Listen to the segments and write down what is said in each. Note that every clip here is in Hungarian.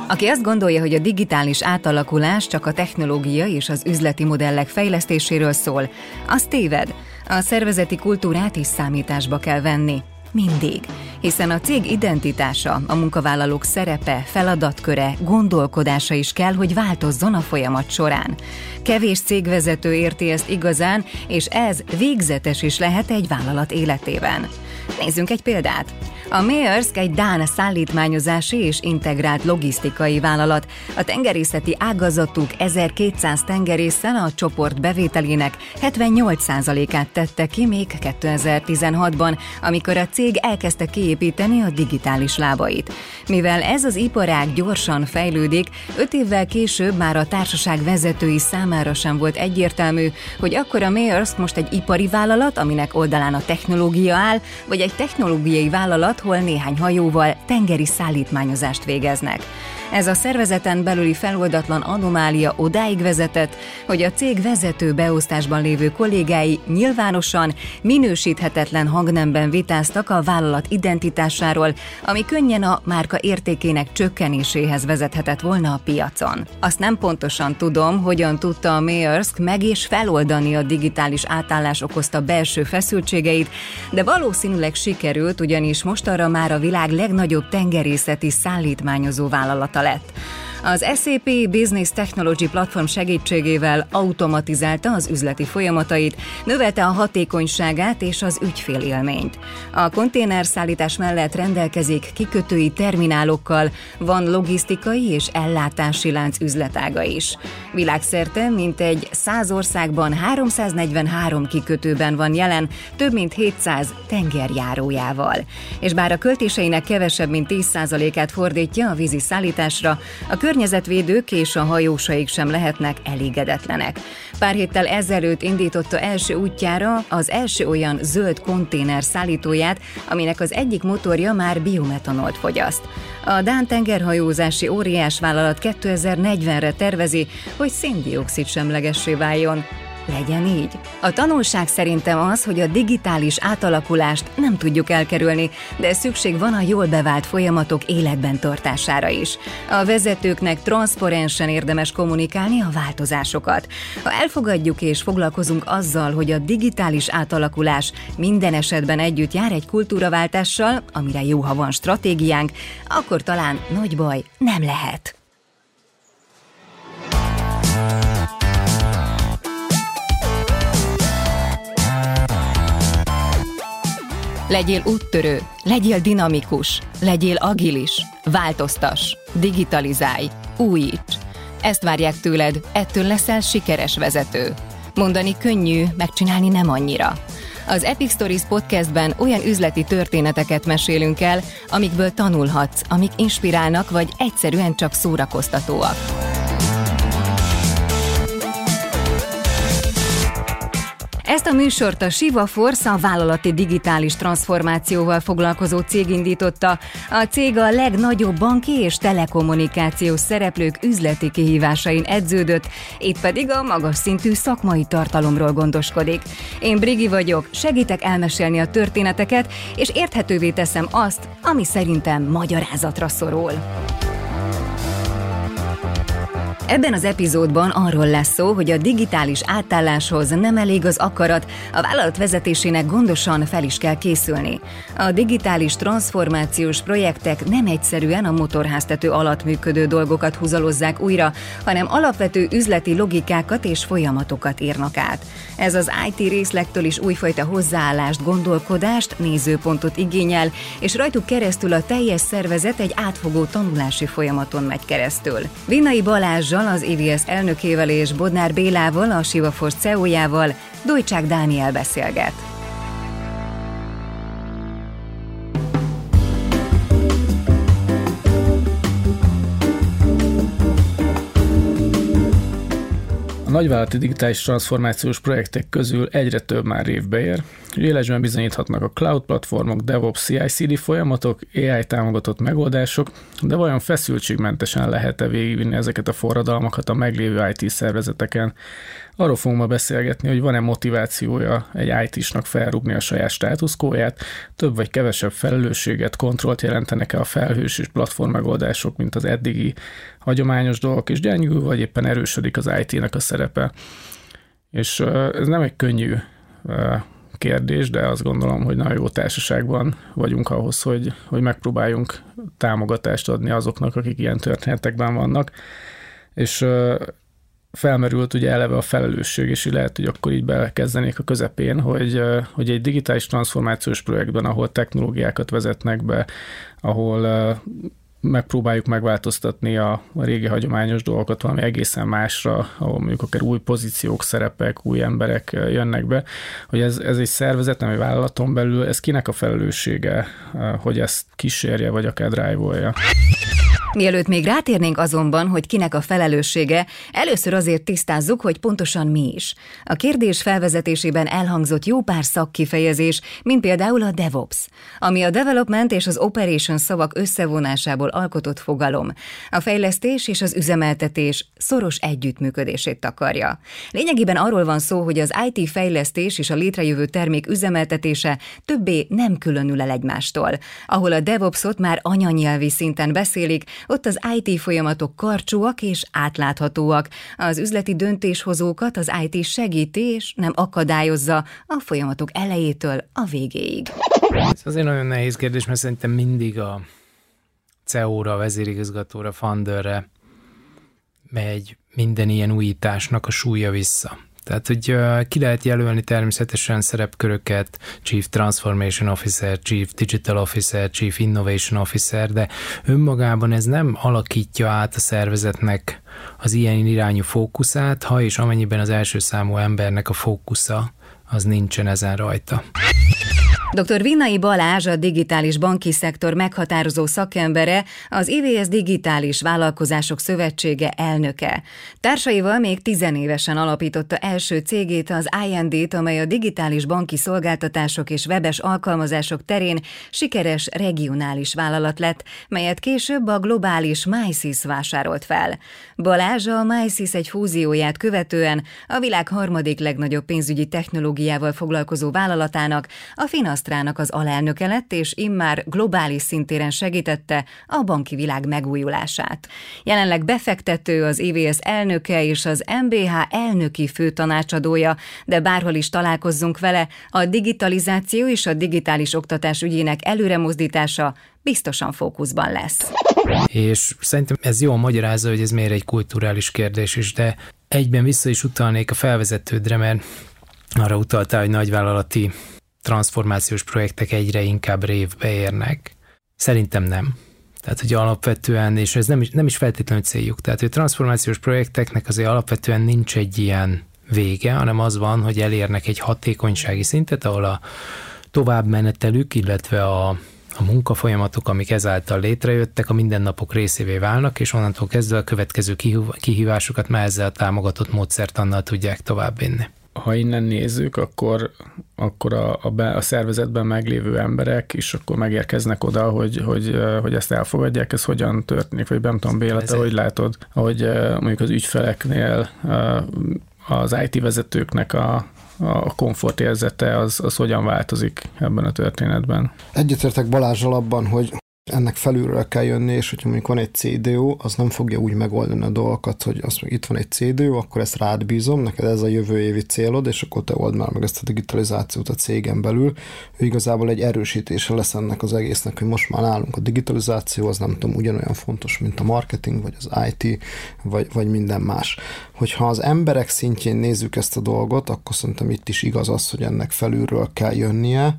Aki azt gondolja, hogy a digitális átalakulás csak a technológia és az üzleti modellek fejlesztéséről szól, az téved. A szervezeti kultúrát is számításba kell venni. Mindig. Hiszen a cég identitása, a munkavállalók szerepe, feladatköre, gondolkodása is kell, hogy változzon a folyamat során. Kevés cégvezető érti ezt igazán, és ez végzetes is lehet egy vállalat életében. Nézzünk egy példát. A Maersk egy dán szállítmányozási és integrált logisztikai vállalat. A tengerészeti ágazatuk 1200 tengerésszel a csoport bevételének 78%-át tette ki még 2016-ban, amikor a cég elkezdte kiépíteni a digitális lábait. Mivel ez az iparág gyorsan fejlődik, 5 évvel később már a társaság vezetői számára sem volt egyértelmű, hogy akkor a Maersk most egy ipari vállalat, aminek oldalán a technológia áll, vagy egy technológiai vállalat, hol néhány hajóval tengeri szállítmányozást végeznek. Ez a szervezeten belüli feloldatlan anomália odáig vezetett, hogy a cég vezető beosztásban lévő kollégái nyilvánosan, minősíthetetlen hangnemben vitáztak a vállalat identitásáról, ami könnyen a márka értékének csökkenéséhez vezethetett volna a piacon. Azt nem pontosan tudom, hogyan tudta a Maersk meg és feloldani a digitális átállás okozta belső feszültségeit, de valószínűleg sikerült, ugyanis mostanra már a világ legnagyobb tengerészeti szállítmányozó vállalata lett. Az SAP Business Technology platform segítségével automatizálta az üzleti folyamatait, növelte a hatékonyságát és az ügyfélélményt. A konténerszállítás mellett rendelkezik kikötői terminálokkal, van logisztikai és ellátási lánc üzletága is. Világszerte mintegy 100 országban 343 kikötőben van jelen, több mint 700 tengerjárójával. És bár a költéseinek kevesebb mint 10%-át fordítja a vízi szállításra, a környezetvédők és a hajósaik sem lehetnek elégedetlenek. Pár héttel ezelőtt indította első útjára az első olyan zöld konténer szállítóját, aminek az egyik motorja már biometanolt fogyaszt. A dán tengerhajózási óriásvállalat 2040-re tervezi, hogy szén-dioxid semlegessé váljon. Legyen így. A tanulság szerintem az, hogy a digitális átalakulást nem tudjuk elkerülni, de szükség van a jól bevált folyamatok életben tartására is. A vezetőknek transzparensen érdemes kommunikálni a változásokat. Ha elfogadjuk és foglalkozunk azzal, hogy a digitális átalakulás minden esetben együtt jár egy kultúraváltással, amire jó, ha van stratégiánk, akkor talán nagy baj nem lehet. Legyél úttörő, legyél dinamikus, legyél agilis, változtass, digitalizálj, újíts. Ezt várják tőled, ettől leszel sikeres vezető. Mondani könnyű, megcsinálni nem annyira. Az Epic Stories podcastben olyan üzleti történeteket mesélünk el, amikből tanulhatsz, amik inspirálnak vagy egyszerűen csak szórakoztatóak. Ezt a műsort a Shiva Force, a vállalati digitális transformációval foglalkozó cég indította. A cég a legnagyobb banki és telekommunikációs szereplők üzleti kihívásain edződött, itt pedig a magas szintű szakmai tartalomról gondoskodik. Én Brigi vagyok, segítek elmesélni a történeteket, és érthetővé teszem azt, ami szerintem magyarázatra szorul. Ebben az epizódban arról lesz szó, hogy a digitális átálláshoz nem elég az akarat, a vállalat vezetésének gondosan fel is kell készülni. A digitális transformációs projektek nem egyszerűen a motorháztető alatt működő dolgokat húzalozzák újra, hanem alapvető üzleti logikákat és folyamatokat írnak át. Ez az IT részlektől is újfajta hozzáállást, gondolkodást, nézőpontot igényel, és rajtuk keresztül a teljes szervezet egy átfogó tanulási folyamaton megy keresztül. Vinnai Balázs az EVS elnökével és Bodnár Bélával, a Shiva Force CEO-jával Dojcsák Dániel beszélget. A nagyvállalati digitális transformációs projektek közül egyre több már révbe ér. Élesben bizonyíthatnak a cloud platformok, DevOps, CI/CD folyamatok, AI támogatott megoldások, de vajon feszültségmentesen lehet-e végigvinni ezeket a forradalmakat a meglévő IT szervezeteken? Arról fogunk ma beszélgetni, hogy van-e motivációja egy IT-snak felrúgni a saját státuszkóját, több vagy kevesebb felelősséget, kontrollt jelentenek-e a felhős és platform megoldások, mint az eddigi hagyományos dolgok, és gyengül, vagy éppen erősödik az IT-nek a szerepe. És ez nem egy könnyű kérdés, de azt gondolom, hogy nagyon jó társaságban vagyunk ahhoz, hogy megpróbáljunk támogatást adni azoknak, akik ilyen történetekben vannak. És felmerült ugye eleve a felelősség, és lehet, hogy akkor így belekezdenék a közepén, hogy egy digitális transformációs projektben, ahol technológiákat vezetnek be, ahol megpróbáljuk megváltoztatni a régi hagyományos dolgokat valami egészen másra, ahol mondjuk akár új pozíciók, szerepek, új emberek jönnek be, hogy ez egy szervezet, nem egy vállalaton belül, ez kinek a felelőssége, hogy ezt kísérje, vagy akár drive-olja. Mielőtt még rátérnénk azonban, hogy kinek a felelőssége, először azért tisztázzuk, hogy pontosan mi is. A kérdés felvezetésében elhangzott jó pár szakkifejezés, mint például a DevOps, ami a development és az operation szavak összevonásából alkotott fogalom. A fejlesztés és az üzemeltetés szoros együttműködését takarja. Lényegében arról van szó, hogy az IT fejlesztés és a létrejövő termék üzemeltetése többé nem különül el egymástól. Ahol a DevOpsot már anyanyelvi szinten beszélik, ott az IT folyamatok karcsúak és átláthatóak. Az üzleti döntéshozókat az IT segíti és nem akadályozza a folyamatok elejétől a végéig. Ez azért nagyon nehéz kérdés, mert szerintem mindig a CEO-ra, a vezérigazgatóra, founderre megy minden ilyen újításnak a súlya vissza. Tehát, hogy ki lehet jelölni természetesen szerepköröket, Chief Transformation Officer, Chief Digital Officer, Chief Innovation Officer, de önmagában ez nem alakítja át a szervezetnek az ilyen irányú fókuszát, ha és amennyiben az első számú embernek a fókusza az nincsen ezen rajta. Dr. Vinnai Balázs, a digitális banki szektor meghatározó szakembere, az IVS Digitális Vállalkozások Szövetsége elnöke. Társaival még 10 évesen alapította első cégét, az IND-t, amely a digitális banki szolgáltatások és webes alkalmazások terén sikeres regionális vállalat lett, melyet később a globális MySys vásárolt fel. Balázs a MySys egy fúzióját követően a világ harmadik legnagyobb pénzügyi technológiával foglalkozó vállalatának, a Finasztrának az alelnöke lett, és immár globális szintéren segítette a banki világ megújulását. Jelenleg befektető, az IVS elnöke és az MBH elnöki főtanácsadója, de bárhol is találkozzunk vele, a digitalizáció és a digitális oktatás ügyének előremozdítása biztosan fókuszban lesz. És szerintem ez jól magyarázza, hogy ez miért egy kulturális kérdés is, de egyben vissza is utalnék a felvezetődre, mert arra utaltál, hogy nagyvállalati transformációs projektek egyre inkább révbe érnek. Szerintem nem. Tehát, hogy alapvetően, és ez nem is feltétlenül céljuk, tehát, hogy a transformációs projekteknek azért alapvetően nincs egy ilyen vége, hanem az van, hogy elérnek egy hatékonysági szintet, ahol a továbbmenetelük, illetve a munkafolyamatok, amik ezáltal létrejöttek, a mindennapok részévé válnak, és onnantól kezdve a következő kihívásokat már ezzel a támogatott módszertannal tudják továbbvinni. Ha innen nézzük, akkor a szervezetben meglévő emberek is akkor megérkeznek oda, hogy ezt elfogadják, ez hogyan történik, vagy nem tudom, Béla, te hogy látod, hogy mondjuk az ügyfeleknél az IT vezetőknek a komfortérzete az hogyan változik ebben a történetben? Egyetértek Balázsral abban, hogy ennek felülről kell jönni, és hogyha mondjuk van egy CDO, az nem fogja úgy megoldani a dolgokat, hogy azt mondja, itt van egy CDO, akkor ezt rád bízom, neked ez a jövő évi célod, és akkor te old már meg ezt a digitalizációt a cégen belül. Ő igazából egy erősítése lesz ennek az egésznek, hogy most már nálunk a digitalizáció, az nem tudom, ugyanolyan fontos, mint a marketing, vagy az IT, vagy minden más. Hogyha az emberek szintjén nézzük ezt a dolgot, akkor szerintem itt is igaz az, hogy ennek felülről kell jönnie,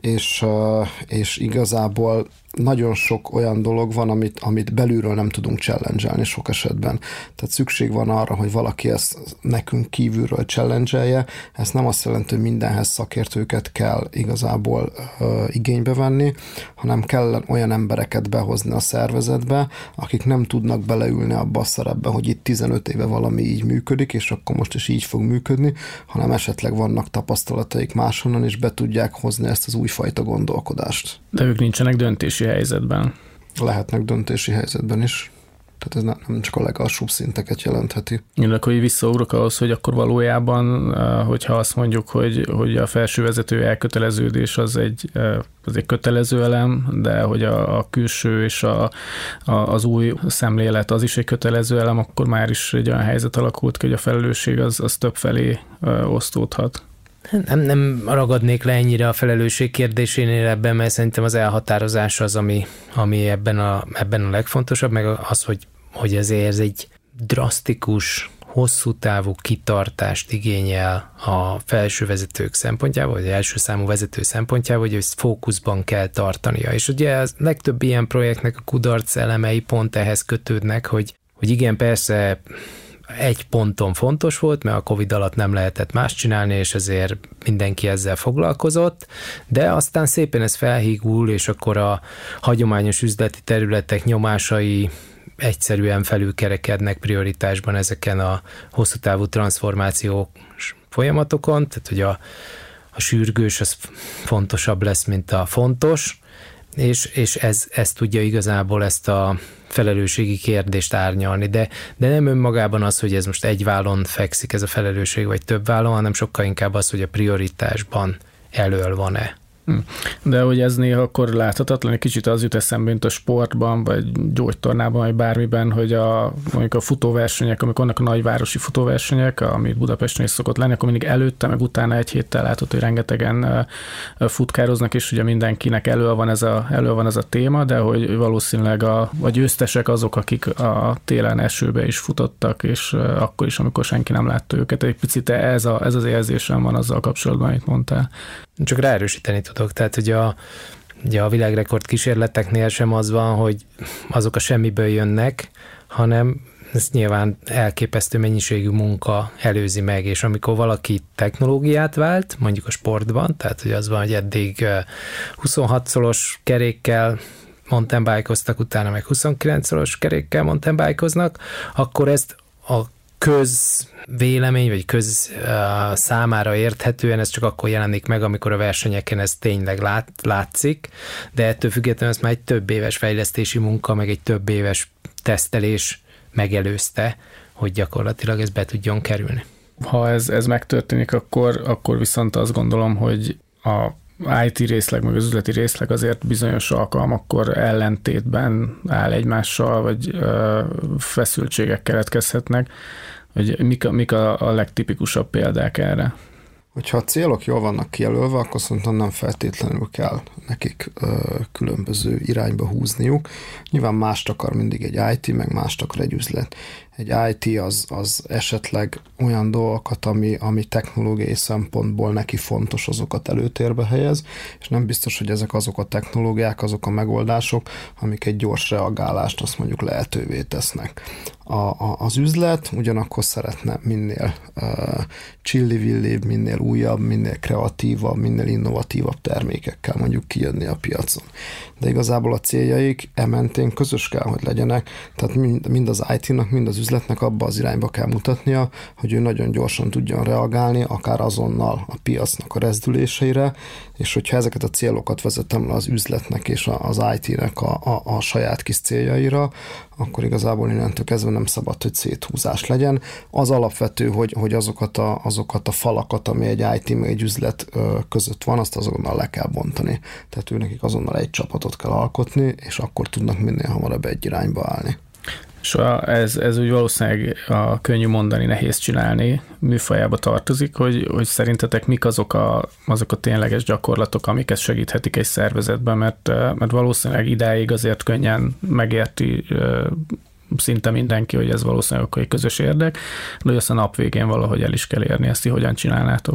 és igazából nagyon sok olyan dolog van, amit belülről nem tudunk challenge-elni sok esetben. Tehát szükség van arra, hogy valaki ezt nekünk kívülről challenge-elje. Ez nem azt jelenti, hogy mindenhez szakértőket kell igazából igénybe venni, hanem kell olyan embereket behozni a szervezetbe, akik nem tudnak beleülni abba a szerepbe, hogy itt 15 éve valami így működik, és akkor most is így fog működni, hanem esetleg vannak tapasztalataik máshonnan, és be tudják hozni ezt az újfajta gondolkodást. De ők nincsenek döntési helyzetben. Lehetnek döntési helyzetben is. Tehát ez nem csak a legalsóbb szinteket jelentheti. Én akkor így visszaugrok ahhoz, hogy akkor valójában, hogyha azt mondjuk, hogy a felsővezető elköteleződés az egy kötelező elem, de hogy a külső és az új szemlélet az is egy kötelező elem, akkor már is egy olyan helyzet alakult ki, hogy a felelősség az több felé osztódhat. Nem ragadnék le ennyire a felelősség kérdésénél ebben, mert szerintem az elhatározás az, ami ebben a legfontosabb, meg az, hogy ezért ez egy drasztikus, hosszú távú kitartást igényel a felső vezetők szempontjából, vagy az első számú vezető szempontjából, hogy ezt fókuszban kell tartania. És ugye a legtöbb ilyen projektnek a kudarc elemei pont ehhez kötődnek, hogy igen, persze egy ponton fontos volt, mert a Covid alatt nem lehetett más csinálni, és ezért mindenki ezzel foglalkozott, de aztán szépen ez felhígul, és akkor a hagyományos üzleti területek nyomásai egyszerűen felülkerekednek prioritásban ezeken a hosszú távú transformációs folyamatokon, tehát hogy a sürgős az fontosabb lesz, mint a fontos, és ez tudja igazából ezt a felelősségi kérdést árnyalni, de nem önmagában az, hogy ez most egy vállon fekszik ez a felelősség, vagy több vállon, hanem sokkal inkább az, hogy a prioritásban elől van-e. De hogy ez néha akkor láthatatlan, egy kicsit az jut eszembe, mint a sportban, vagy gyógytornában, vagy bármiben, hogy mondjuk a futóversenyek, amikor vannak a nagyvárosi futóversenyek, amit Budapesten is szokott lenni, akkor mindig előtte, meg utána egy héttel látod, hogy rengetegen futkároznak, és ugye mindenkinek elő van ez a téma, de hogy valószínűleg a győztesek azok, akik a télen esőbe is futottak, és akkor is, amikor senki nem látta őket. Egy picit ez az érzésem van azzal kapcsolatban, amit mondtál. Csak ráerősíteni tudok, tehát hogy ugye a világrekord kísérleteknél sem az van, hogy azok a semmiből jönnek, hanem ez nyilván elképesztő mennyiségű munka előzi meg, és amikor valaki technológiát vált, mondjuk a sportban, tehát hogy az van, hogy eddig 26-szoros kerékkel mountainbike-oztak, utána meg 29-szoros kerékkel mountainbike-oznak, akkor ezt a közvélemény, vagy számára érthetően ez csak akkor jelenik meg, amikor a versenyeken ez tényleg látszik, de ettől függetlenül ez már egy több éves fejlesztési munka, meg egy több éves tesztelés megelőzte, hogy gyakorlatilag ez be tudjon kerülni. Ha ez megtörténik, akkor viszont azt gondolom, hogy a IT részleg, meg az üzleti részleg azért bizonyos alkalmakkor ellentétben áll egymással, vagy feszültségek keletkezhetnek, hogy mik a legtipikusabb példák erre? Hogyha a célok jól vannak kijelölve, akkor szerintem nem feltétlenül kell nekik különböző irányba húzniuk. Nyilván mást akar mindig egy IT, meg mást akar egy üzlet. Egy IT az esetleg olyan dolgokat, ami technológiai szempontból neki fontos, azokat előtérbe helyez, és nem biztos, hogy ezek azok a technológiák, azok a megoldások, amik egy gyors reagálást azt mondjuk lehetővé tesznek. Az üzlet ugyanakkor szeretne minél csillivillébb, minél újabb, minél kreatívabb, minél innovatívabb termékekkel mondjuk kijönni a piacon. De igazából a céljaik mentén közös kell, hogy legyenek, tehát mind az IT-nak, mind az üzletnek abba az irányba kell mutatnia, hogy ő nagyon gyorsan tudjon reagálni, akár azonnal a piacnak a rezdüléseire, és hogyha ezeket a célokat vezetem le az üzletnek és az IT-nek a saját kis céljaira, akkor igazából innentől kezdve nem szabad, hogy széthúzás legyen. Az alapvető, hogy azokat a falakat, ami egy IT, meg egy üzlet között van, azt azonnal le kell bontani. Tehát nekik azonnal egy csapatot kell alkotni, és akkor tudnak minél hamarabb egy irányba állni. És ez úgy valószínűleg könnyű mondani, nehéz csinálni műfajába tartozik, hogy szerintetek mik azok a tényleges gyakorlatok, amiket segíthetik egy szervezetben, mert valószínűleg idáig azért könnyen megérti szinte mindenki, hogy ez valószínűleg egy közös érdek, de hogy azt a nap végén valahogy el is kell érni, ezt hogyan csinálnátok?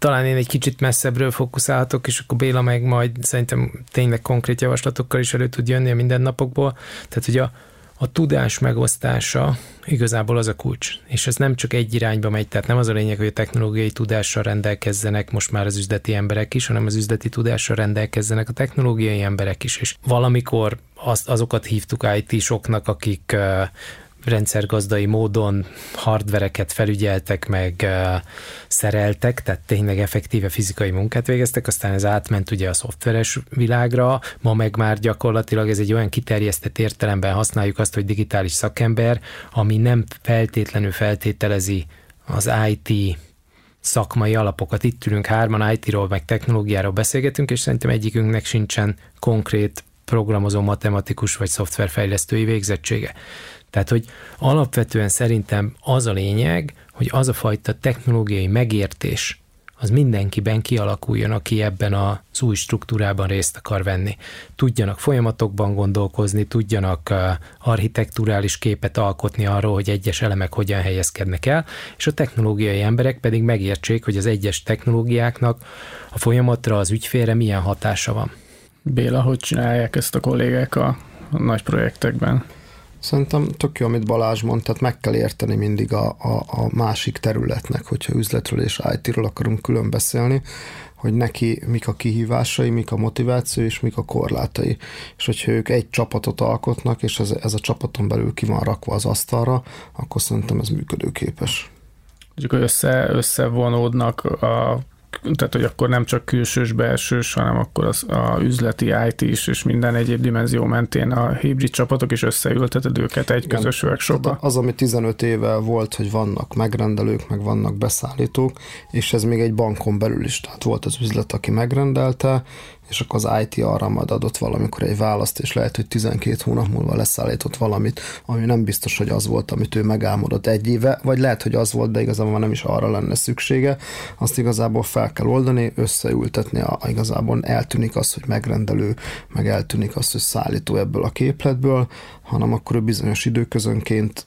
talán én egy kicsit messzebbről fókuszálhatok, és akkor Béla meg majd szerintem tényleg konkrét javaslatokkal is elő tud jönni a mindennapokból. Tehát, hogy a tudás megosztása igazából az a kulcs. És ez nem csak egy irányba megy, tehát nem az a lényeg, hogy a technológiai tudással rendelkezzenek most már az üzleti emberek is, hanem az üzleti tudással rendelkezzenek a technológiai emberek is. És valamikor azokat hívtuk IT-soknak, akik rendszergazdai módon hardvereket felügyeltek, meg szereltek, tehát tényleg effektíve fizikai munkát végeztek, aztán ez átment ugye a szoftveres világra, ma meg már gyakorlatilag ez egy olyan kiterjesztett értelemben használjuk azt, hogy digitális szakember, ami nem feltétlenül feltételezi az IT szakmai alapokat. Itt ülünk hárman, IT-ról meg technológiáról beszélgetünk, és szerintem egyikünknek sincsen konkrét programozó, matematikus vagy szoftverfejlesztői végzettsége. Tehát, hogy alapvetően szerintem az a lényeg, hogy az a fajta technológiai megértés az mindenkiben kialakuljon, aki ebben az új struktúrában részt akar venni. Tudjanak folyamatokban gondolkozni, tudjanak architekturális képet alkotni arról, hogy egyes elemek hogyan helyezkednek el, és a technológiai emberek pedig megértsék, hogy az egyes technológiáknak a folyamatra, az ügyfélre milyen hatása van. Béla, hogy csinálják ezt a kollégák a nagy projektekben? Szerintem tök jó, amit Balázs mond, tehát meg kell érteni mindig a másik területnek, hogyha üzletről és IT-ről akarunk külön beszélni, hogy neki mik a kihívásai, mik a motiváció és mik a korlátai. És hogyha ők egy csapatot alkotnak, és ez a csapaton belül ki van rakva az asztalra, akkor szerintem ez működőképes. Hogy összevonódnak tehát, hogy akkor nem csak külsős, belsős, hanem akkor az üzleti IT is, és minden egyéb dimenzió mentén a hibrid csapatok is összeülteted őket egy közös workshopba. Az, ami 15 éve volt, hogy vannak megrendelők, meg vannak beszállítók, és ez még egy bankon belül is, tehát volt az üzlet, aki megrendelte, és akkor az IT arra majd adott valamikor egy választ, és lehet, hogy 12 hónap múlva leszállított valamit, ami nem biztos, hogy az volt, amit ő megálmodott egy éve, vagy lehet, hogy az volt, de igazából nem is arra lenne szüksége. Azt igazából fel kell oldani, összeültetni, igazából eltűnik az, hogy megrendelő, meg eltűnik az, hogy szállító ebből a képletből, hanem akkor ő bizonyos időközönként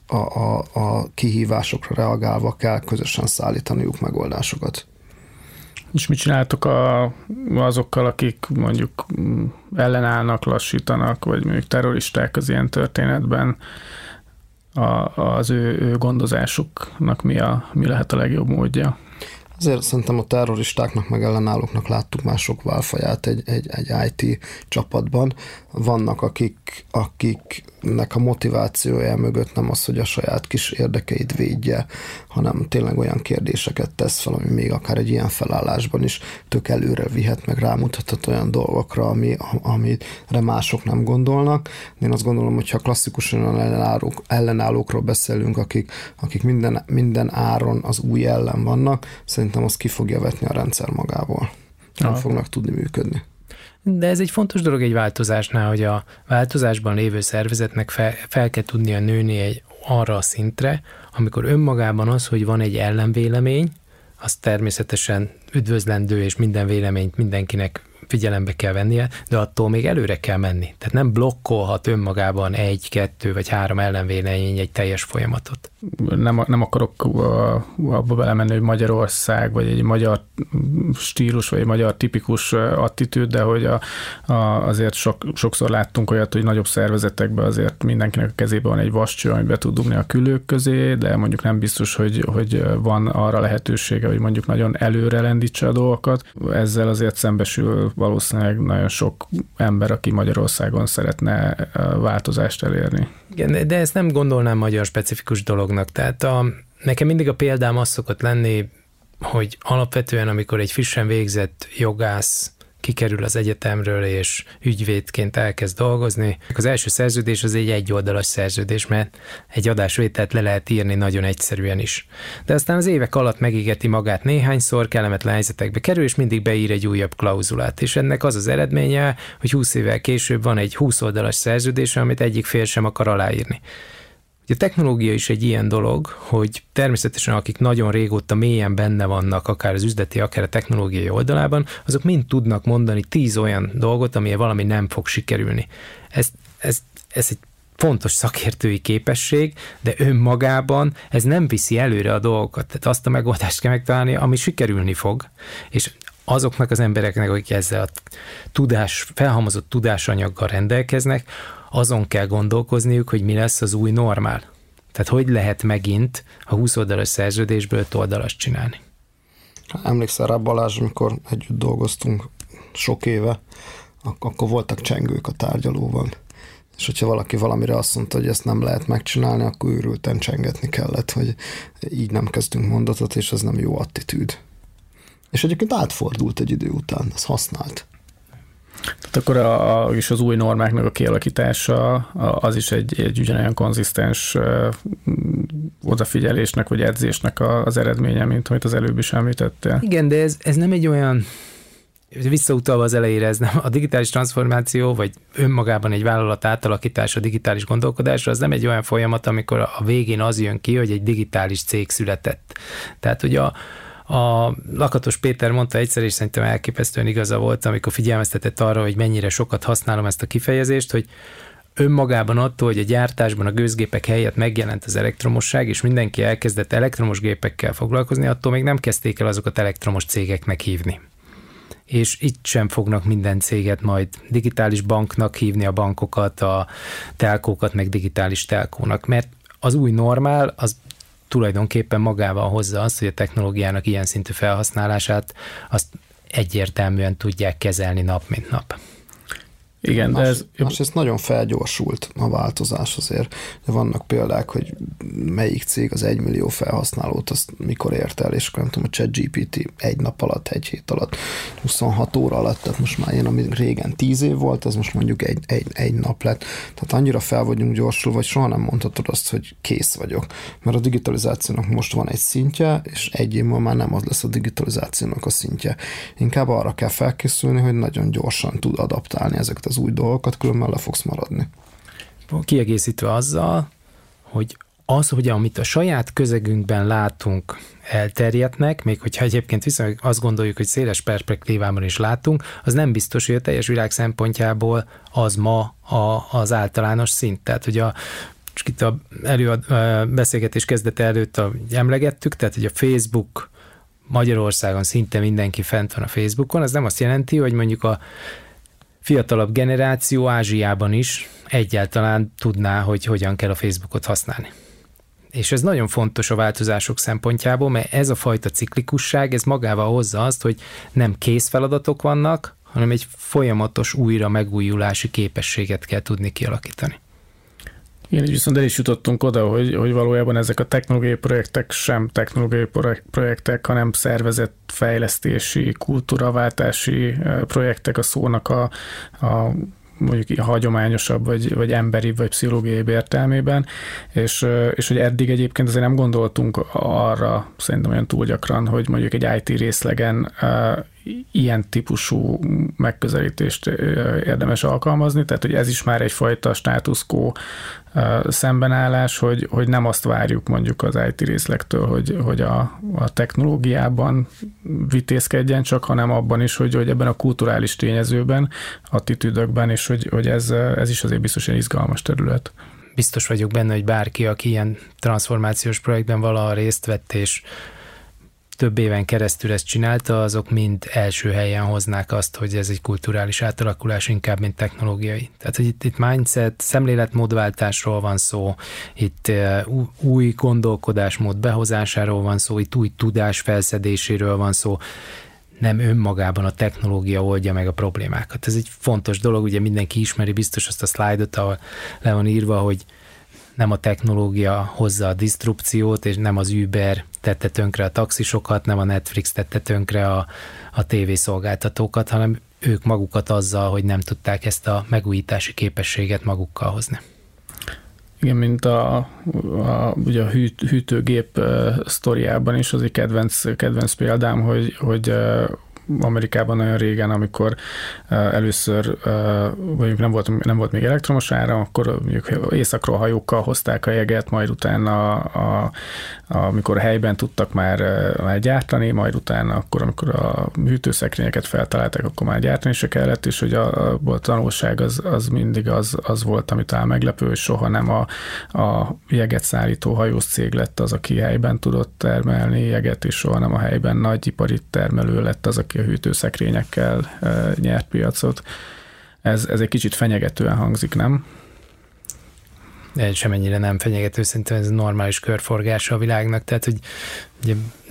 a kihívásokra reagálva kell közösen szállítaniuk megoldásokat. És mit csináltok azokkal, akik mondjuk ellenállnak, lassítanak, vagy mondjuk terroristák az ilyen történetben, az ő gondozásuknak mi lehet a legjobb módja? Azért szerintem a terroristáknak, meg ellenállóknak láttuk már sok válfaját egy IT csapatban. Vannak, akiknek a motivációja mögött nem az, hogy a saját kis érdekeit védje, hanem tényleg olyan kérdéseket tesz fel, ami még akár egy ilyen felállásban is tök előre vihet, meg rámutathat olyan dolgokra, amire mások nem gondolnak. Én azt gondolom, hogyha klasszikusan ellenállókról beszélünk, akik minden áron az új ellen vannak, szerintem az ki fogja vetni a rendszer magából. Nem fognak tudni működni. De ez egy fontos dolog egy változásnál, hogy a változásban lévő szervezetnek fel kell tudnia nőni arra a szintre, amikor önmagában az, hogy van egy ellenvélemény, az természetesen üdvözlendő, és minden véleményt mindenkinek figyelembe kell vennie, de attól még előre kell menni. Tehát nem blokkolhat önmagában 1, 2 vagy 3 ellenvélemény egy teljes folyamatot. Nem akarok abba belemenni, hogy Magyarország, vagy egy magyar stílus, vagy egy magyar tipikus attitűd, de hogy azért sokszor láttunk olyat, hogy nagyobb szervezetekben azért mindenkinek a kezében van egy vascső, amiben tud dugni a külők közé, de mondjuk nem biztos, hogy van arra lehetősége, hogy mondjuk nagyon előre lendítse a dolgokat. Ezzel azért szembesül valószínűleg nagyon sok ember, aki Magyarországon szeretne változást elérni. Igen, de ezt nem gondolnám magyar specifikus dolognak. Tehát nekem mindig a példám az szokott lenni, hogy alapvetően, amikor egy frissen végzett jogász kikerül az egyetemről, és ügyvédként elkezd dolgozni. Az első szerződés az egy egyoldalas szerződés, mert egy adásvételt le lehet írni nagyon egyszerűen is. De aztán az évek alatt megígeti magát néhányszor, kellemetlen helyzetekbe kerül, és mindig beír egy újabb klauzulát. És ennek az az eredménye, hogy 20 évvel később van egy 20 oldalas szerződés, amit egyik fél sem akar aláírni. A technológia is egy ilyen dolog, hogy természetesen akik nagyon régóta mélyen benne vannak, akár az üzleti, akár a technológiai oldalában, azok mind tudnak mondani 10 olyan dolgot, amilyen valami nem fog sikerülni. Ez egy fontos szakértői képesség, de önmagában ez nem viszi előre a dolgokat. Tehát azt a megoldást kell megtalálni, ami sikerülni fog, és azoknak az embereknek, akik ezzel a felhalmozott tudásanyaggal rendelkeznek, azon kell gondolkozniuk, hogy mi lesz az új normál. Tehát hogy lehet megint a 20 oldalas szerződésből 5 oldalas csinálni. Emlékszel rá, Balázs, amikor együtt dolgoztunk sok éve, akkor voltak csengők a tárgyalóban. És hogyha valaki valamire azt mondta, hogy ezt nem lehet megcsinálni, akkor őrülten csengetni kellett, hogy így nem kezdünk mondatot, és ez nem jó attitűd. És egyébként átfordult egy idő után, ez használt. Tehát akkor az új normáknak a kialakítása az is egy ugyanolyan konzisztens odafigyelésnek vagy edzésnek az eredménye, mint amit az előbb is említettél. Igen, de ez nem egy olyan, visszautalva az elejére, ez nem a digitális transformáció, vagy önmagában egy vállalat átalakítása, digitális gondolkodásra, az nem egy olyan folyamat, amikor a végén az jön ki, hogy egy digitális cég született. Tehát, hogy a Lakatos Péter mondta egyszer, és szerintem elképesztően igaza volt, amikor figyelmeztetett arra, hogy mennyire sokat használom ezt a kifejezést, hogy önmagában attól, hogy a gyártásban a gőzgépek helyett megjelent az elektromosság, és mindenki elkezdett elektromos gépekkel foglalkozni, attól még nem kezdték el azokat elektromos cégeknek hívni. És itt sem fognak minden céget majd digitális banknak hívni, a bankokat, a telkókat, meg digitális telkónak, mert az új normál, az tulajdonképpen magával hozza azt, hogy a technológiának ilyen szintű felhasználását azt egyértelműen tudják kezelni nap mint nap. Igen, de ez nagyon felgyorsult a változás azért. De vannak példák, hogy melyik cég az 1 millió felhasználót, azt mikor ért el, és akkor nem tudom, a ChatGPT 1 nap alatt, 1 hét alatt, 26 óra alatt, tehát most már ilyen, ami régen 10 év volt, az most mondjuk egy nap lett. Tehát annyira fel vagyunk gyorsulva, hogy soha nem mondhatod azt, hogy kész vagyok. Mert a digitalizációnak most van egy szintje, és egy év múlva már nem az lesz a digitalizációnak a szintje. Inkább arra kell felkészülni, hogy nagyon gyorsan tud adaptálni ezeket az új dolgokat, különben le fogsz maradni. Kiegészítve azzal, hogy az, hogy amit a saját közegünkben látunk, elterjednek, még hogyha egyébként viszont azt gondoljuk, hogy széles perspektívában is látunk, az nem biztos, hogy a teljes világ szempontjából az ma az általános szint. Tehát, hogy csak itt a beszélgetés kezdete előtt emlegettük, tehát, hogy a Facebook Magyarországon szinte mindenki fent van a Facebookon, az nem azt jelenti, hogy mondjuk a fiatalabb generáció Ázsiában is egyáltalán tudná, hogy hogyan kell a Facebookot használni. És ez nagyon fontos a változások szempontjából, mert ez a fajta ciklikusság, ez magával hozza azt, hogy nem kész feladatok vannak, hanem egy folyamatos újra megújulási képességet kell tudni kialakítani. Igen, így viszont el is jutottunk oda, hogy valójában ezek a technológiai projektek sem technológiai projektek, hanem szervezett fejlesztési, kultúraváltási projektek a szónak a mondjuk hagyományosabb, vagy emberi, vagy pszichológiai értelmében, és hogy eddig egyébként azért nem gondoltunk arra, szerintem olyan túl gyakran, hogy mondjuk egy IT részlegen ilyen típusú megközelítést érdemes alkalmazni, tehát hogy ez is már egyfajta status quo szembenállás, hogy nem azt várjuk mondjuk az IT részlegtől, hogy a technológiában vitézkedjen csak, hanem abban is, hogy ebben a kulturális tényezőben, attitűdökben, és hogy ez is azért biztos egy izgalmas terület. Biztos vagyok benne, hogy bárki, aki ilyen transformációs projektben valaha részt vett, és több éven keresztül ezt csinálta, azok mind első helyen hoznák azt, hogy ez egy kulturális átalakulás inkább, mint technológiai. Tehát, hogy itt mindset, szemléletmódváltásról van szó, itt új gondolkodásmód behozásáról van szó, itt új tudás felszedéséről van szó, nem önmagában a technológia oldja meg a problémákat. Ez egy fontos dolog, ugye mindenki ismeri biztos azt a szlájdot, ahol le van írva, hogy nem a technológia hozza a disztrupciót, és nem az Uber tette tönkre a taxisokat, nem a Netflix tette tönkre a tévészolgáltatókat, hanem ők magukat azzal, hogy nem tudták ezt a megújítási képességet magukkal hozni. Igen, mint ugye a hűtőgép sztoriában is, az egy kedvenc példám, hogy Amerikában nagyon régen, amikor először mondjuk nem volt még elektromos áram, akkor mondjuk északról hajókkal hozták a jeget, majd utána amikor helyben tudtak már gyártani, majd utána akkor, amikor a hűtőszekrényeket feltalálták, akkor már gyártani se kellett, és hogy a tanulság az mindig az volt, ami talán meglepő, hogy soha nem a jeget szállító hajós cég lett az, aki helyben tudott termelni jeget, és soha nem a helyben nagyipari termelő lett az, aki a hűtőszekrényekkel nyert piacot. Ez egy kicsit fenyegetően hangzik, nem? Semennyire nem fenyegető, szerintem ez normális körforgása a világnak, tehát hogy ugye,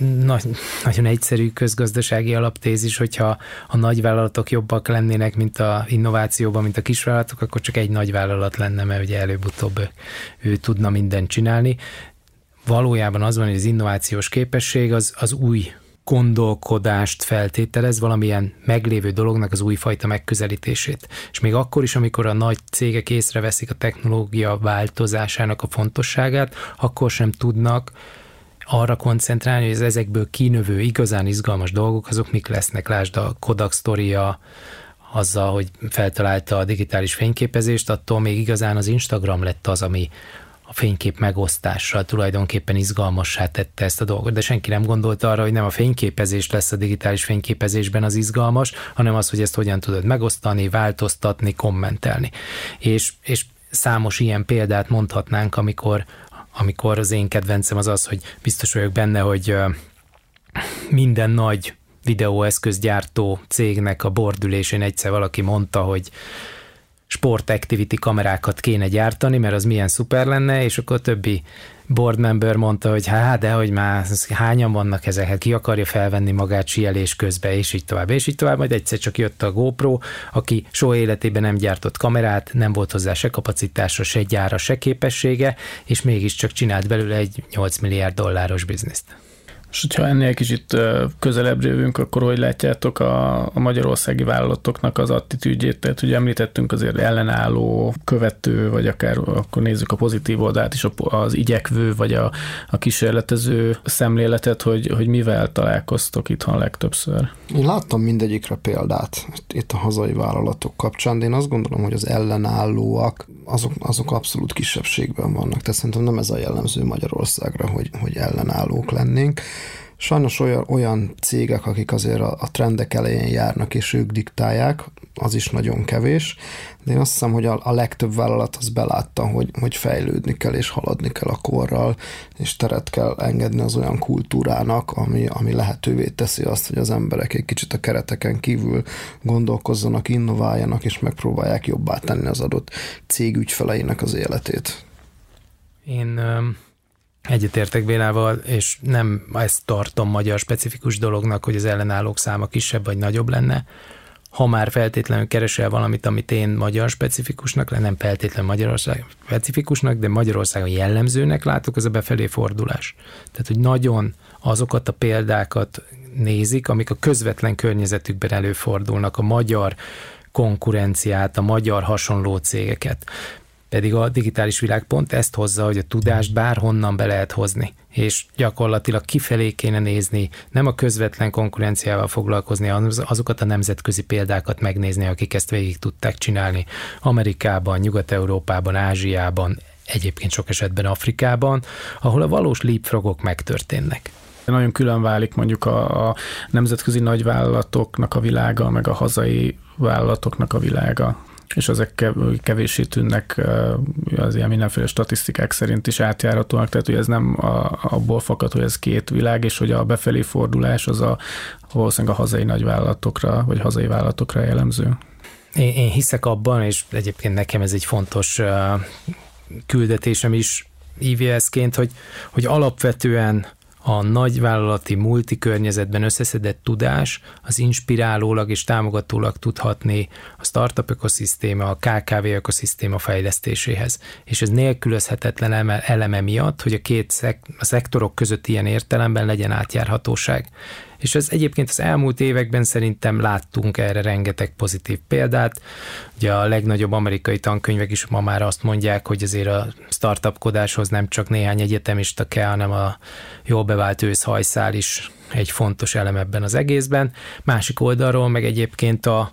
nagyon egyszerű közgazdasági alaptézis, hogyha a nagyvállalatok jobbak lennének, mint a innovációban, mint a kisvállalatok, akkor csak egy nagyvállalat lenne, mert ugye előbb-utóbb ő tudna mindent csinálni. Valójában az van, hogy az innovációs képesség az új gondolkodást feltételez, valamilyen meglévő dolognak az újfajta megközelítését. És még akkor is, amikor a nagy cégek észreveszik a technológia változásának a fontosságát, akkor sem tudnak arra koncentrálni, hogy az ezekből kinövő, igazán izgalmas dolgok, azok mik lesznek. Lásd a Kodak sztoria, azzal, hogy feltalálta a digitális fényképezést, attól még igazán az Instagram lett az, ami a fénykép megosztással tulajdonképpen izgalmassá tette ezt a dolgot, de senki nem gondolta arra, hogy nem a fényképezés lesz a digitális fényképezésben az izgalmas, hanem az, hogy ezt hogyan tudod megosztani, változtatni, kommentelni. És számos ilyen példát mondhatnánk, amikor az én kedvencem az, hogy biztos vagyok benne, hogy minden nagy videóeszközgyártó cégnek a bordülésén egyszer valaki mondta, hogy sport activity kamerákat kéne gyártani, mert az milyen szuper lenne, és akkor a többi board member mondta, hogy de hogy már hányan vannak ezek, hát ki akarja felvenni magát síelés közben, és így tovább, majd egyszer csak jött a GoPro, aki soha életében nem gyártott kamerát, nem volt hozzá se kapacitása, se gyára, se képessége, és mégiscsak csinált belőle egy $8 milliárd bizniszt. És hogyha ennél kicsit közelebb jövünk, akkor hogy látjátok a magyarországi vállalatoknak az attitűdjét? Tehát ugye említettünk azért ellenálló, követő, vagy akár akkor nézzük a pozitív oldalt is, az igyekvő, vagy a kísérletező szemléletet, hogy mivel találkoztok itthon legtöbbször? Én láttam mindegyikre példát itt a hazai vállalatok kapcsán, de én azt gondolom, hogy az ellenállóak, azok abszolút kisebbségben vannak. Tehát szerintem nem ez a jellemző Magyarországra, hogy ellenállók lennénk. Sajnos olyan cégek, akik azért a trendek elején járnak, és ők diktálják, az is nagyon kevés, de én azt hiszem, hogy a legtöbb vállalat az belátta, hogy fejlődni kell, és haladni kell a korral, és teret kell engedni az olyan kultúrának, ami lehetővé teszi azt, hogy az emberek egy kicsit a kereteken kívül gondolkozzanak, innováljanak, és megpróbálják jobbá tenni az adott cég ügyfeleinek az életét. Én egyetértek Bélával, és nem ezt tartom magyar specifikus dolognak, hogy az ellenállók száma kisebb vagy nagyobb lenne. Ha már feltétlenül keresel valamit, amit én magyar specifikusnak, nem feltétlenül Magyarország specifikusnak, de Magyarországon jellemzőnek látok, az a befelé fordulás. Tehát, hogy nagyon azokat a példákat nézik, amik a közvetlen környezetükben előfordulnak, a magyar konkurenciát, a magyar hasonló cégeket. Pedig a digitális világ pont ezt hozza, hogy a tudást bárhonnan be lehet hozni, és gyakorlatilag kifelé kéne nézni, nem a közvetlen konkurenciával foglalkozni, hanem azokat a nemzetközi példákat megnézni, akik ezt végig tudták csinálni Amerikában, Nyugat-Európában, Ázsiában, egyébként sok esetben Afrikában, ahol a valós leapfrogok megtörténnek. Nagyon külön válik mondjuk a nemzetközi nagyvállalatoknak a világa, meg a hazai vállalatoknak a világa. És ezek kevéssé tűnnek az ilyen mindenféle statisztikák szerint is átjáratóak, tehát hogy ez nem abból fakad, hogy ez két világ, és hogy a befelé fordulás az valószínűleg a hazai nagyvállalatokra, vagy hazai vállalatokra jellemző. Én hiszek abban, és egyébként nekem ez egy fontos küldetésem is IVS-ként, hogy alapvetően a nagyvállalati multikörnyezetben összeszedett tudás az inspirálólag és támogatólag tudhatni a startup ökoszisztéma, a KKV ökoszisztéma fejlesztéséhez. És ez nélkülözhetetlen eleme miatt, hogy a szektorok között ilyen értelemben legyen átjárhatóság. És ez egyébként az elmúlt években szerintem láttunk erre rengeteg pozitív példát. Ugye a legnagyobb amerikai tankönyvek is ma már azt mondják, hogy azért a startupkodáshoz nem csak néhány egyetemista kell, hanem a jól bevált őszhajszál is egy fontos elem ebben az egészben. Másik oldalról meg egyébként a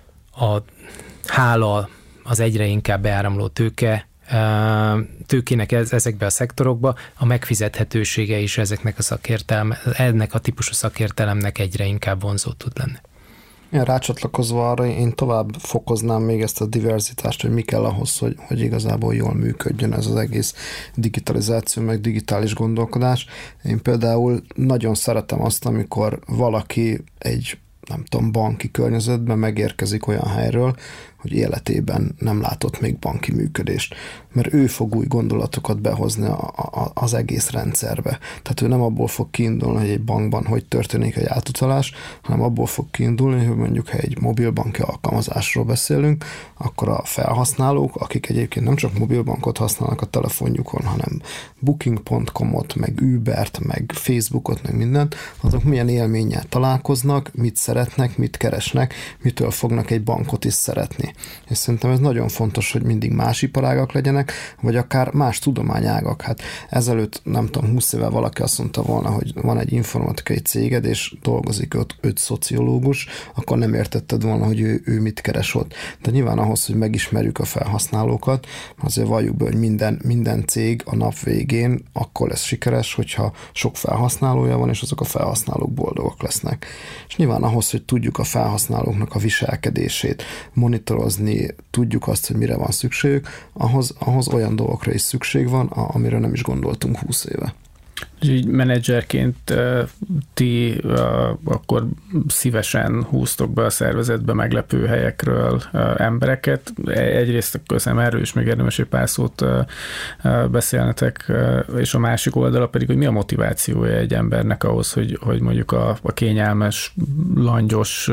hála az egyre inkább beáramló tőkének ezekbe a szektorokba, a megfizethetősége is ennek a típusú szakértelemnek egyre inkább vonzó tud lenni. Rácsatlakozva arra, én tovább fokoznám még ezt a diverzitást, hogy mi kell ahhoz, hogy igazából jól működjön ez az egész digitalizáció, meg digitális gondolkodás. Én például nagyon szeretem azt, amikor valaki egy banki környezetben megérkezik olyan helyről, hogy életében nem látott még banki működést, mert ő fog új gondolatokat behozni az egész rendszerbe. Tehát ő nem abból fog kiindulni, hogy egy bankban hogy történik egy átutalás, hanem abból fog kiindulni, hogy mondjuk ha egy mobilbanki alkalmazásról beszélünk, akkor a felhasználók, akik egyébként nem csak mobilbankot használnak a telefonjukon, hanem Booking.com-ot, meg Ubert, meg Facebookot, meg mindent, azok milyen élménnyel találkoznak, mit szeretnek, mit keresnek, mitől fognak egy bankot is szeretni. És szerintem ez nagyon fontos, hogy mindig más iparágak legyenek, vagy akár más tudományágak. Hát ezelőtt, 20 éve valaki azt mondta volna, hogy van egy informatikai céged, és dolgozik 5 szociológus, akkor nem értetted volna, hogy ő mit keres ott. De nyilván ahhoz, hogy megismerjük a felhasználókat, azért valljuk be, hogy minden cég a nap végén akkor lesz sikeres, hogyha sok felhasználója van, és azok a felhasználók boldogok lesznek. És nyilván ahhoz, hogy tudjuk a felhasználóknak a viselkedését monitorozni, tudjuk azt, hogy mire van szükségük, ahhoz olyan dolgokra is szükség van, amire nem is gondoltunk 20 éve. Így menedzserként ti akkor szívesen húztok be a szervezetbe meglepő helyekről embereket. Egyrészt köszönöm, erről is még érdemes egy pár szót beszélnetek, és a másik oldala pedig, hogy mi a motivációja egy embernek ahhoz, hogy mondjuk a kényelmes, langyos,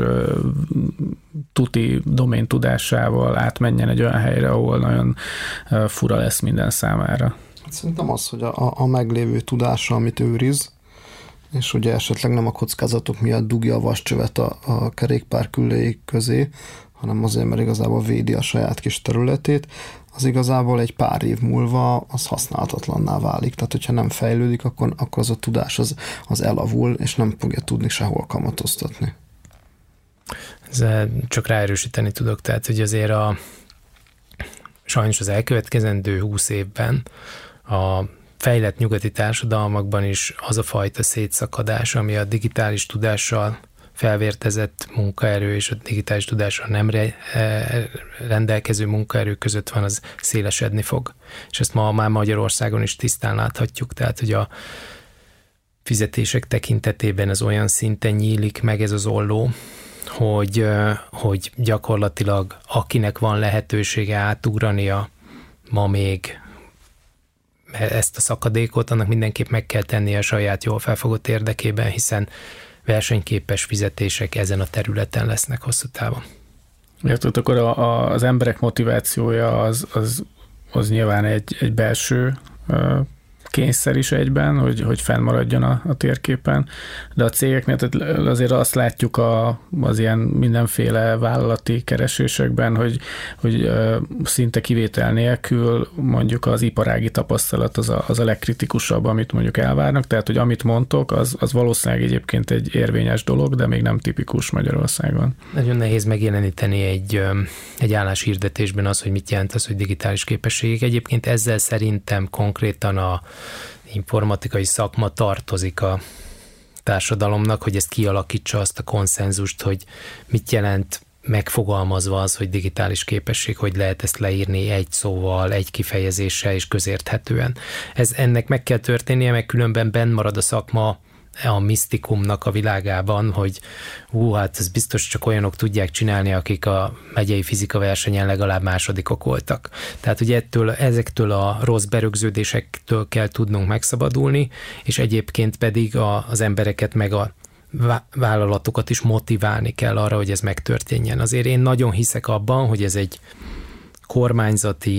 tuti domén tudásával átmenjen egy olyan helyre, ahol nagyon fura lesz minden számára. Szerintem az, hogy a meglévő tudása, amit őriz, és ugye esetleg nem a kockázatok miatt dugja a vascsövet a kerékpár külléi közé, hanem azért, mert igazából védi a saját kis területét, az igazából egy pár év múlva az használhatatlanná válik. Tehát, hogyha nem fejlődik, akkor az a tudás az elavul, és nem fogja tudni sehol kamatoztatni. Ezzel csak ráerősíteni tudok, tehát, hogy azért sajnos az elkövetkezendő 20 évben a fejlett nyugati társadalmakban is az a fajta szétszakadás, ami a digitális tudással felvértezett munkaerő és a digitális tudással nem rendelkező munkaerő között van, az szélesedni fog. És ezt ma már Magyarországon is tisztán láthatjuk, tehát hogy a fizetések tekintetében az olyan szinten nyílik meg ez az olló, hogy gyakorlatilag akinek van lehetősége átugrania ma még ezt a szakadékot, annak mindenképp meg kell tennie a saját jól felfogott érdekében, hiszen versenyképes fizetések ezen a területen lesznek hosszú távon. Érted, akkor az emberek motivációja az nyilván egy belső kényszer is egyben, hogy fennmaradjon a térképen, de a cégeknél azért azt látjuk az ilyen mindenféle vállalati keresésekben, hogy szinte kivétel nélkül mondjuk az iparági tapasztalat az a legkritikusabb, amit mondjuk elvárnak, tehát hogy amit mondtok, az valószínűleg egyébként egy érvényes dolog, de még nem tipikus Magyarországon. Nagyon nehéz megjeleníteni egy álláshirdetésben az, hogy mit jelent az, hogy digitális képességek. Egyébként ezzel szerintem konkrétan a informatikai szakma tartozik a társadalomnak, hogy ezt kialakítsa, azt a konszenzust, hogy mit jelent megfogalmazva az, hogy digitális képesség, hogy lehet ezt leírni egy szóval, egy kifejezéssel és közérthetően. Ennek meg kell történnie, meg különben benn marad a szakma a misztikumnak a világában, hogy hát ez biztos csak olyanok tudják csinálni, akik a megyei fizika versenyen legalább másodikok voltak. Tehát, hogy ezektől a rossz berögződésektől kell tudnunk megszabadulni, és egyébként pedig az embereket meg a vállalatokat is motiválni kell arra, hogy ez megtörténjen. Azért én nagyon hiszek abban, hogy ez egy kormányzati,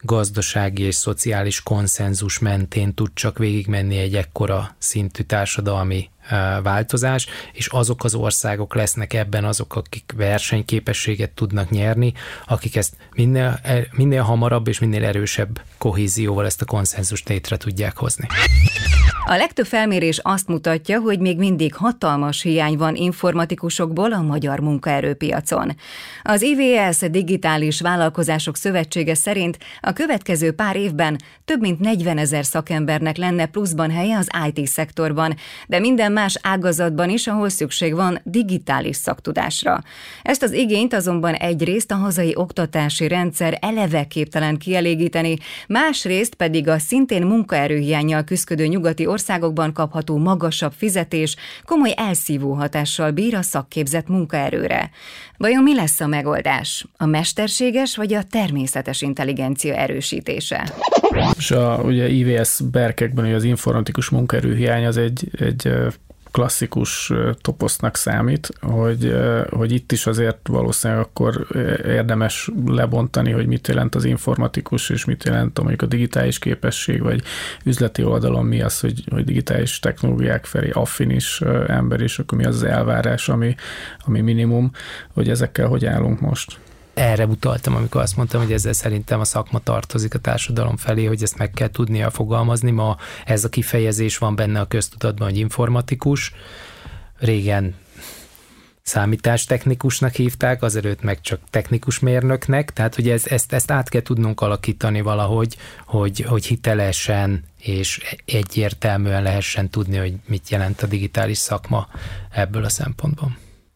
gazdasági és szociális konszenzus mentén tud csak végigmenni egy ekkora szintű társadalmi változás, és azok az országok lesznek ebben azok, akik versenyképességet tudnak nyerni, akik ezt minél hamarabb és minél erősebb kohézióval ezt a konszenzust létre tudják hozni. A legtöbb felmérés azt mutatja, hogy még mindig hatalmas hiány van informatikusokból a magyar munkaerőpiacon. Az IVS Digitális Vállalkozások Szövetsége szerint a következő pár évben több mint 40 000 szakembernek lenne pluszban helye az IT-szektorban, de minden más ágazatban is, ahol szükség van digitális szaktudásra. Ezt az igényt azonban egyrészt a hazai oktatási rendszer eleve képtelen kielégíteni, másrészt pedig a szintén munkaerőhiánnyal küszködő nyugati országokban kapható magasabb fizetés komoly elszívó hatással bír a szakképzett munkaerőre. Vajon mi lesz a megoldás? A mesterséges vagy a természetes intelligencia erősítése? És ugye IVS berkekben ugye az informatikus munkaerőhiány az egy klasszikus toposznak számít, hogy itt is azért valószínűleg akkor érdemes lebontani, hogy mit jelent az informatikus, és mit jelent mondjuk a digitális képesség, vagy üzleti oldalon mi az, hogy digitális technológiák felé affinis ember, és akkor mi az az elvárás, ami minimum, hogy ezekkel hogy állunk most. Erre utaltam, amikor azt mondtam, hogy ezzel szerintem a szakma tartozik a társadalom felé, hogy ezt meg kell tudnia fogalmazni. Ma ez a kifejezés van benne a köztudatban, hogy informatikus. Régen számítástechnikusnak hívták, azelőtt meg csak technikus mérnöknek, tehát hogy ezt át kell tudnunk alakítani valahogy, hogy hitelesen és egyértelműen lehessen tudni, hogy mit jelent a digitális szakma ebből a szempontból.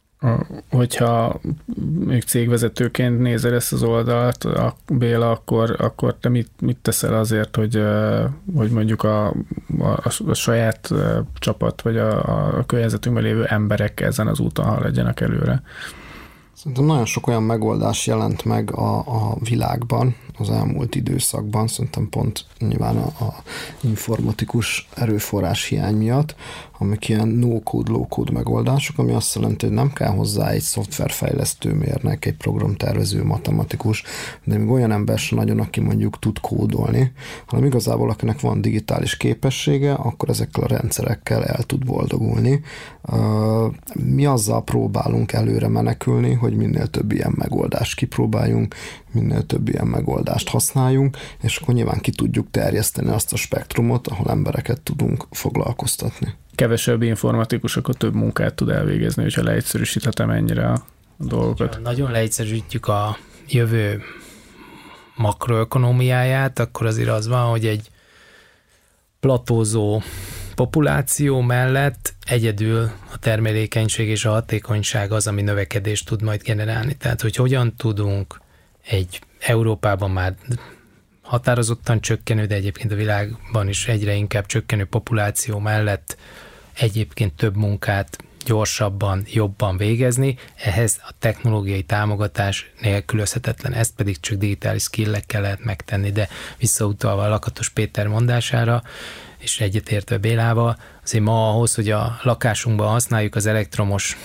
Hogyha még cégvezetőként nézel ezt az oldalt, Béla, akkor te mit teszel azért, hogy mondjuk a saját csapat, vagy a környezetünkben lévő emberek ezen az úton haladjanak előre? Szerintem nagyon sok olyan megoldás jelent meg a világban az elmúlt időszakban, szerintem pont nyilván a informatikus erőforrás hiány miatt, amik ilyen no-code, low-code megoldások, ami azt jelenti, hogy nem kell hozzá egy szoftverfejlesztő mérnök, egy programtervező, matematikus, de még olyan ember sem nagyon, aki mondjuk tud kódolni, hanem igazából akinek van digitális képessége, akkor ezekkel a rendszerekkel el tud boldogulni. Mi azzal próbálunk előre menekülni, hogy minél több ilyen megoldást kipróbáljunk, minél több ilyen megoldást használjunk, és akkor nyilván ki tudjuk terjeszteni azt a spektrumot, ahol embereket tudunk foglalkoztatni. Kevesebb informatikus, akkor több munkát tud elvégezni, hogyha leegyszerűsíthetem ennyire a dolgokat. Ha nagyon leegyszerűsítjük a jövő makroökonómiáját, akkor azért az van, hogy egy platózó populáció mellett egyedül a termelékenység és a hatékonyság az, ami növekedést tud majd generálni. Tehát, hogy hogyan tudunk egy Európában már határozottan csökkenő, de egyébként a világban is egyre inkább csökkenő populáció mellett egyébként több munkát gyorsabban, jobban végezni, ehhez a technológiai támogatás nélkülözhetetlen, ezt pedig csak digitális skillekkel lehet megtenni, de visszautalva a Lakatos Péter mondására, és egyetértve Bélával, azért ma ahhoz, hogy a lakásunkban használjuk az elektromos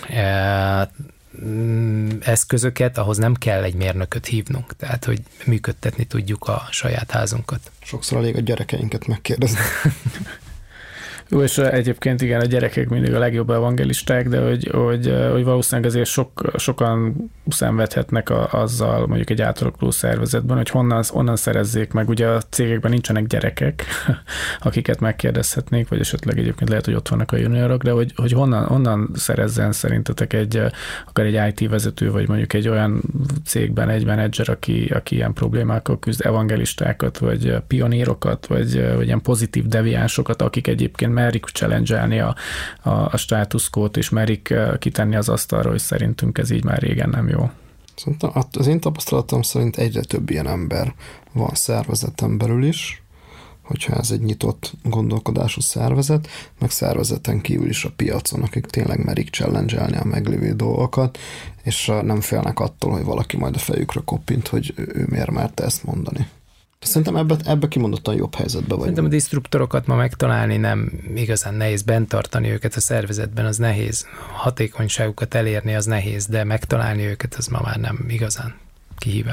eszközöket, ahhoz nem kell egy mérnököt hívnunk, tehát hogy működtetni tudjuk a saját házunkat. Sokszor elég a gyerekeinket megkérdezni. Jó, és egyébként igen, a gyerekek mindig a legjobb evangelisták, de hogy valószínűleg azért sokan szenvedhetnek azzal mondjuk egy átalakuló szervezetben, hogy honnan szerezzék meg. Ugye a cégekben nincsenek gyerekek, akiket megkérdezhetnék, vagy esetleg egyébként lehet, hogy ott vannak a juniorok, de hogy honnan szerezzen szerintetek akár egy IT vezető, vagy mondjuk egy olyan cégben egy menedzser, aki ilyen problémákkal küzd, evangelistákat, vagy pionírokat, vagy ilyen pozitív deviánsokat, akik egyébként merik challenge-elni a status quo-t, és merik kitenni az asztalra, hogy szerintünk ez így már régen nem jó. Szerintem az én tapasztalatom szerint egyre több ilyen ember van szervezeten belül is, hogyha ez egy nyitott gondolkodású szervezet, meg szervezeten kívül is a piacon, akik tényleg merik challenge-elni a meglévő dolgokat, és nem félnek attól, hogy valaki majd a fejükre koppint, hogy ő miért merte ezt mondani. Szerintem ebbe kimondottan jobb helyzetben vagyunk. Szerintem a disruptorokat ma megtalálni nem igazán nehéz, bent tartani őket a szervezetben, az nehéz. Hatékonyságukat elérni az nehéz, de megtalálni őket az ma már nem igazán kihívás.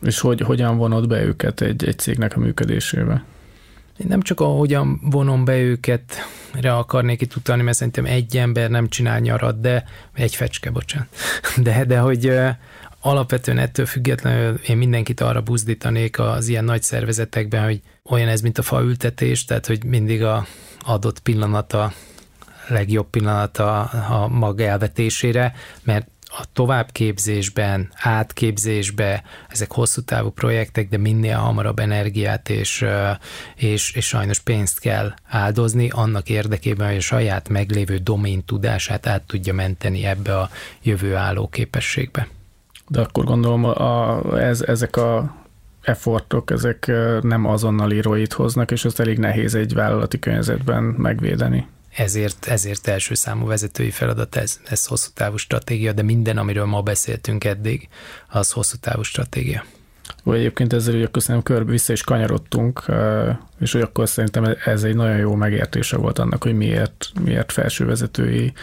És hogyan vonod be őket egy cégnek a működésébe? Én nem csak ahogyan vonom be őket, akarnék itt utalni, mert szerintem egy ember nem csinál nyarat, de egy fecske, bocsánat. De hogy alapvetően ettől függetlenül én mindenkit arra buzdítanék az ilyen nagy szervezetekben, hogy olyan ez, mint a faültetés, tehát hogy mindig a adott pillanata, legjobb pillanata a maga elvetésére, mert a továbbképzésben, átképzésbe, ezek hosszú távú projektek, de minél hamarabb energiát és sajnos pénzt kell áldozni annak érdekében, hogy a saját meglévő domén tudását át tudja menteni ebbe a jövő álló képességbe. De akkor gondolom, ezek a effortok, ezek nem azonnali ROI-t hoznak, és ezt elég nehéz egy vállalati környezetben megvédeni. Ezért első számú vezetői feladat ez hosszú távú stratégia, de minden, amiről ma beszéltünk eddig, az hosszú távú stratégia. Vagy egyébként ezzel ugye köszönöm, körbe vissza is kanyarodtunk, és hogy akkor szerintem ez egy nagyon jó megértése volt annak, hogy miért felsővezetői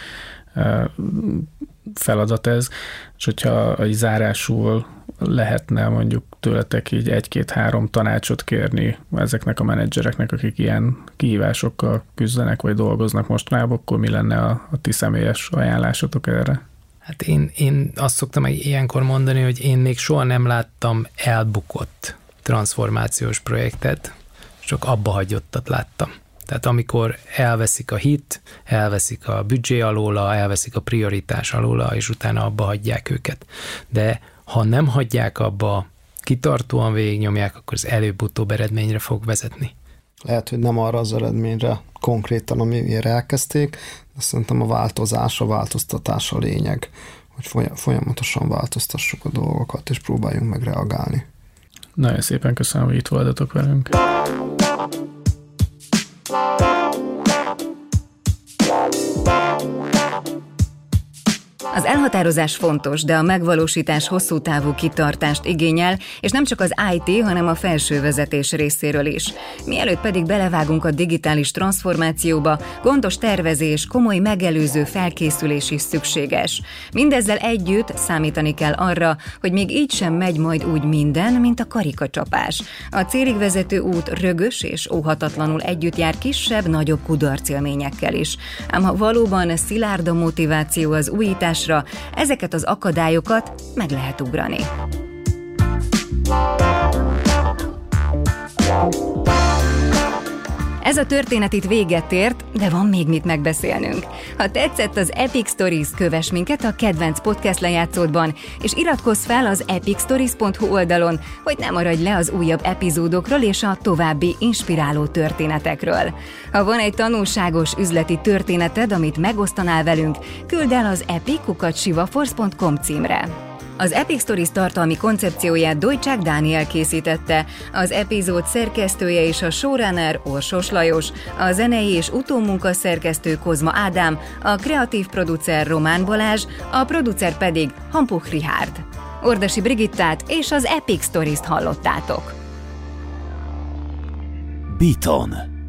feladat ez, és hogyha egy zárásul lehetne mondjuk tőletek így 1-2-3 tanácsot kérni ezeknek a menedzsereknek, akik ilyen kihívásokkal küzdenek, vagy dolgoznak mostanában, akkor mi lenne a ti személyes ajánlásotok erre? Hát én azt szoktam ilyenkor mondani, hogy én még soha nem láttam elbukott transformációs projektet, csak abba hagyottat láttam. Tehát amikor elveszik a hit, elveszik a büdzsé alóla, elveszik a prioritás alóla, és utána abba hagyják őket. De ha nem hagyják abba, kitartóan végignyomják, akkor az előbb-utóbb eredményre fog vezetni. Lehet, hogy nem arra az eredményre konkrétan, amire elkezdték, de szerintem a változás, a változtatás a lényeg, hogy folyamatosan változtassuk a dolgokat, és próbáljunk meg reagálni. Nagyon szépen köszönöm, hogy itt voltatok velünk. Az elhatározás fontos, de a megvalósítás hosszú távú kitartást igényel, és nem csak az IT, hanem a felső vezetés részéről is. Mielőtt pedig belevágunk a digitális transformációba, gondos tervezés, komoly megelőző felkészülés is szükséges. Mindezzel együtt számítani kell arra, hogy még így sem megy majd úgy minden, mint a karikacsapás. A célig vezető út rögös és óhatatlanul együtt jár kisebb-nagyobb kudarcélményekkel is. Ám ha valóban szilárd a motiváció az újítás, ezeket az akadályokat meg lehet ugrani. Ez a történet itt véget ért, de van még mit megbeszélnünk. Ha tetszett az Epic Stories, kövess minket a kedvenc podcast lejátszódban, és iratkozz fel az epicstories.hu oldalon, hogy ne maradj le az újabb epizódokról és a további inspiráló történetekről. Ha van egy tanulságos üzleti történeted, amit megosztanál velünk, küldd el az epic@sivaforce.com címre. Az Epic Stories tartalmi koncepcióját Dojcsák Dániel készítette, az epizód szerkesztője és a showrunner Orsos Lajos, a zenei és utómunka szerkesztő Kozma Ádám, a kreatív producer Román Balázs, a producer pedig Hampuch Richárd. Ordasi Brigittát és az Epic Stories-t hallottátok. Beaton.